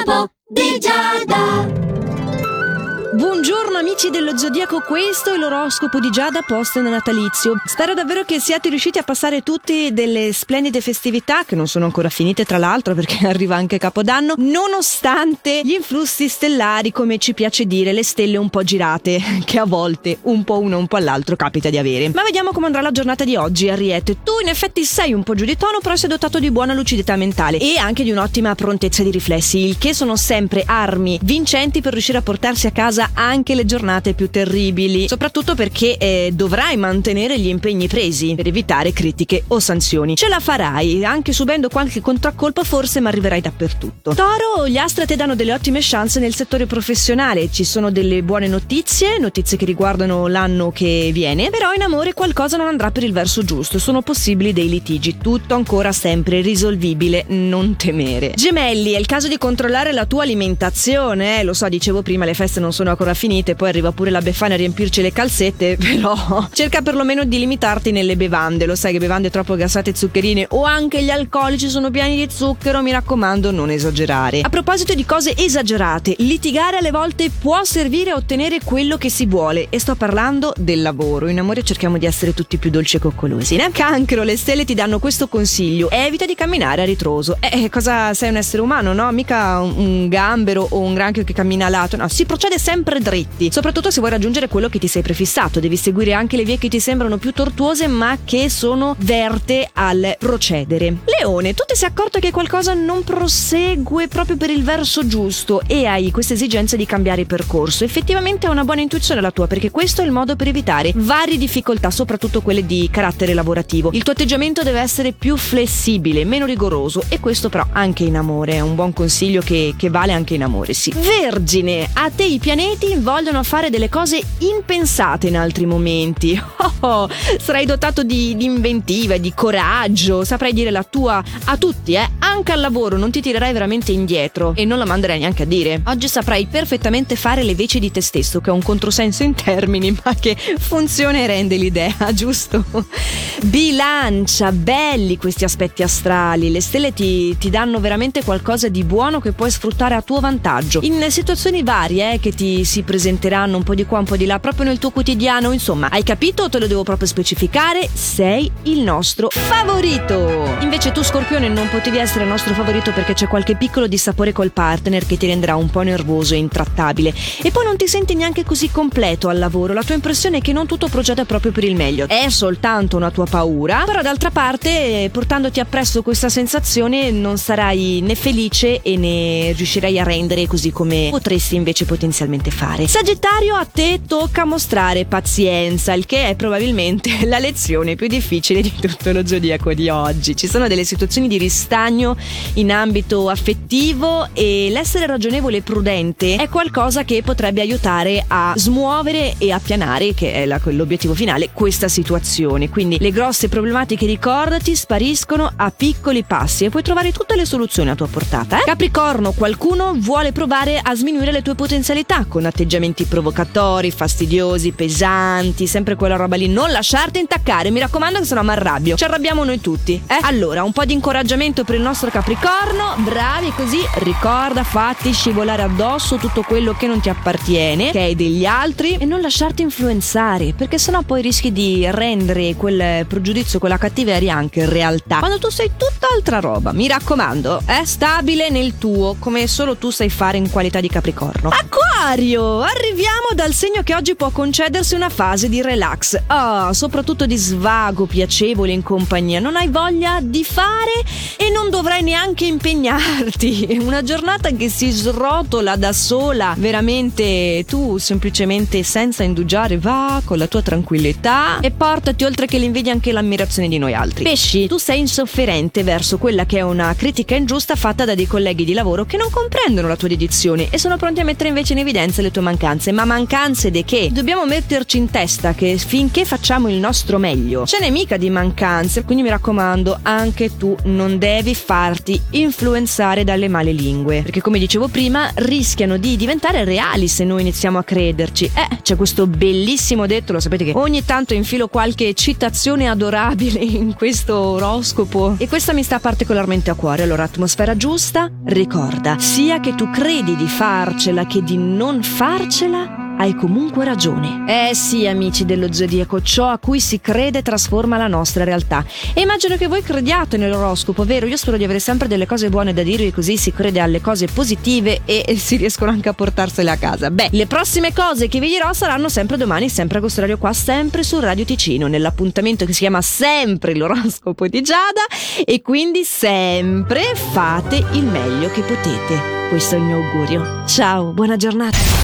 L'oroscopo di Giada. Buongiorno amici dello Zodiaco, questo è l'oroscopo di Giada post natalizio. Spero davvero che siate riusciti a passare tutti delle splendide festività, che non sono ancora finite tra l'altro perché arriva anche Capodanno, nonostante gli influssi stellari, come ci piace dire, le stelle un po' girate, che a volte un po' uno un po' all'altro capita di avere. Ma vediamo come andrà la giornata di oggi, Ariete. Tu in effetti sei un po' giù di tono, però sei dotato di buona lucidità mentale e anche di un'ottima prontezza di riflessi, il che sono sempre armi vincenti per riuscire a portarsi a casa anche le giornate più terribili, soprattutto perché dovrai mantenere gli impegni presi per evitare critiche o sanzioni. Ce la farai, anche subendo qualche contraccolpo forse, ma arriverai dappertutto. Toro, gli astri ti danno delle ottime chance nel settore professionale, ci sono delle buone notizie che riguardano l'anno che viene, però in amore qualcosa non andrà per il verso giusto, sono possibili dei litigi, tutto ancora sempre risolvibile, non temere. Gemelli, è il caso di controllare la tua alimentazione, lo so, dicevo prima, le feste non sono ancora finite, poi arriva pure la Befana a riempirci le calzette, però cerca perlomeno di limitarti nelle bevande, lo sai che bevande troppo gassate e zuccherine o anche gli alcolici sono pieni di zucchero, mi raccomando non esagerare. A proposito di cose esagerate, litigare alle volte può servire a ottenere quello che si vuole, e sto parlando del lavoro. In amore cerchiamo di essere tutti più dolci e coccolosi, né? Cancro, le stelle ti danno questo consiglio: evita di camminare a ritroso. Cosa sei, un essere umano, no? Mica un gambero o un granchio che cammina a lato, no, si procede sempre dritti, soprattutto se vuoi raggiungere quello che ti sei prefissato. Devi seguire anche le vie che ti sembrano più tortuose ma che sono verte al procedere. Leone, tu ti sei accorto che qualcosa non prosegue proprio per il verso giusto e hai questa esigenza di cambiare percorso. Effettivamente è una buona intuizione la tua, perché questo è il modo per evitare varie difficoltà, soprattutto quelle di carattere lavorativo. Il tuo atteggiamento deve essere più flessibile, meno rigoroso, e questo però anche in amore è un buon consiglio che vale anche in amore, sì. Vergine, a te i pianeti vogliono fare delle cose impensate in altri momenti. Sarai dotato di inventiva e di coraggio, saprai dire la tua a tutti, anche al lavoro non ti tirerai veramente indietro e non la manderai neanche a dire. Oggi saprai perfettamente fare le veci di te stesso, che è un controsenso in termini ma che funziona e rende l'idea, giusto? Bilancia, belli questi aspetti astrali, le stelle ti danno veramente qualcosa di buono che puoi sfruttare a tuo vantaggio in situazioni varie che ti si presenteranno un po' di qua un po' di là proprio nel tuo quotidiano. Insomma, hai capito o te lo devo proprio specificare? Sei il nostro favorito. Invece tu, Scorpione, non potevi essere il nostro favorito perché c'è qualche piccolo dissapore col partner che ti renderà un po' nervoso e intrattabile, e poi non ti senti neanche così completo al lavoro. La tua impressione è che non tutto procede proprio per il meglio, è soltanto una tua paura, però d'altra parte portandoti appresso questa sensazione non sarai né felice e né riuscirai a rendere così come potresti invece potenzialmente fare. Sagittario, a te tocca mostrare pazienza, il che è probabilmente la lezione più difficile di tutto lo zodiaco di oggi. Ci sono delle situazioni di ristagno in ambito affettivo e l'essere ragionevole e prudente è qualcosa che potrebbe aiutare a smuovere e appianare, che è l'obiettivo finale, questa situazione. Quindi le grosse problematiche, ricordati, spariscono a piccoli passi e puoi trovare tutte le soluzioni a tua portata. Capricorno, qualcuno vuole provare a sminuire le tue potenzialità con atteggiamenti provocatori, fastidiosi, pesanti, sempre quella roba lì. Non lasciarti intaccare, mi raccomando, che sennò mi arrabbio. Ci arrabbiamo noi tutti, Allora, un po' di incoraggiamento per il nostro Capricorno. Bravi così, ricorda, fatti scivolare addosso tutto quello che non ti appartiene, che è degli altri, e non lasciarti influenzare, perché sennò poi rischi di rendere quel pregiudizio, quella cattiveria anche realtà, quando tu sei tutt'altra roba. Mi raccomando, stabile nel tuo, come solo tu sai fare in qualità di Capricorno. Acquario, arriviamo dal segno che oggi può concedersi una fase di relax, soprattutto di svago piacevole in compagnia. Non hai voglia di fare e non dovrai neanche impegnarti. Una giornata che si srotola da sola, veramente. Tu semplicemente, senza indugiare, va con la tua tranquillità e portati oltre che l'invidia anche l'ammirazione di noi altri. Pesci, tu sei insofferente verso quella che è una critica ingiusta fatta da dei colleghi di lavoro che non comprendono la tua dedizione e sono pronti a mettere invece in evidenza mancanze, le tue mancanze, ma mancanze di che? Dobbiamo metterci in testa che finché facciamo il nostro meglio ce n'è mica di mancanze, quindi mi raccomando, anche tu non devi farti influenzare dalle male lingue, perché come dicevo prima rischiano di diventare reali se noi iniziamo a crederci. C'è questo bellissimo detto, lo sapete che ogni tanto infilo qualche citazione adorabile in questo oroscopo e questa mi sta particolarmente a cuore. Allora, atmosfera giusta, ricorda, sia che tu credi di farcela che di non farcela, hai comunque ragione. Sì, amici dello zodiaco, ciò a cui si crede trasforma la nostra realtà. E immagino che voi crediate nell'oroscopo, vero? Io spero di avere sempre delle cose buone da dirvi, così si crede alle cose positive e si riescono anche a portarsele a casa. Le prossime cose che vi dirò saranno sempre domani, sempre a questo orario qua, sempre su Radio Ticino, nell'appuntamento che si chiama sempre l'oroscopo di Giada, e quindi sempre fate il meglio che potete. Questo è il mio augurio. Ciao, buona giornata.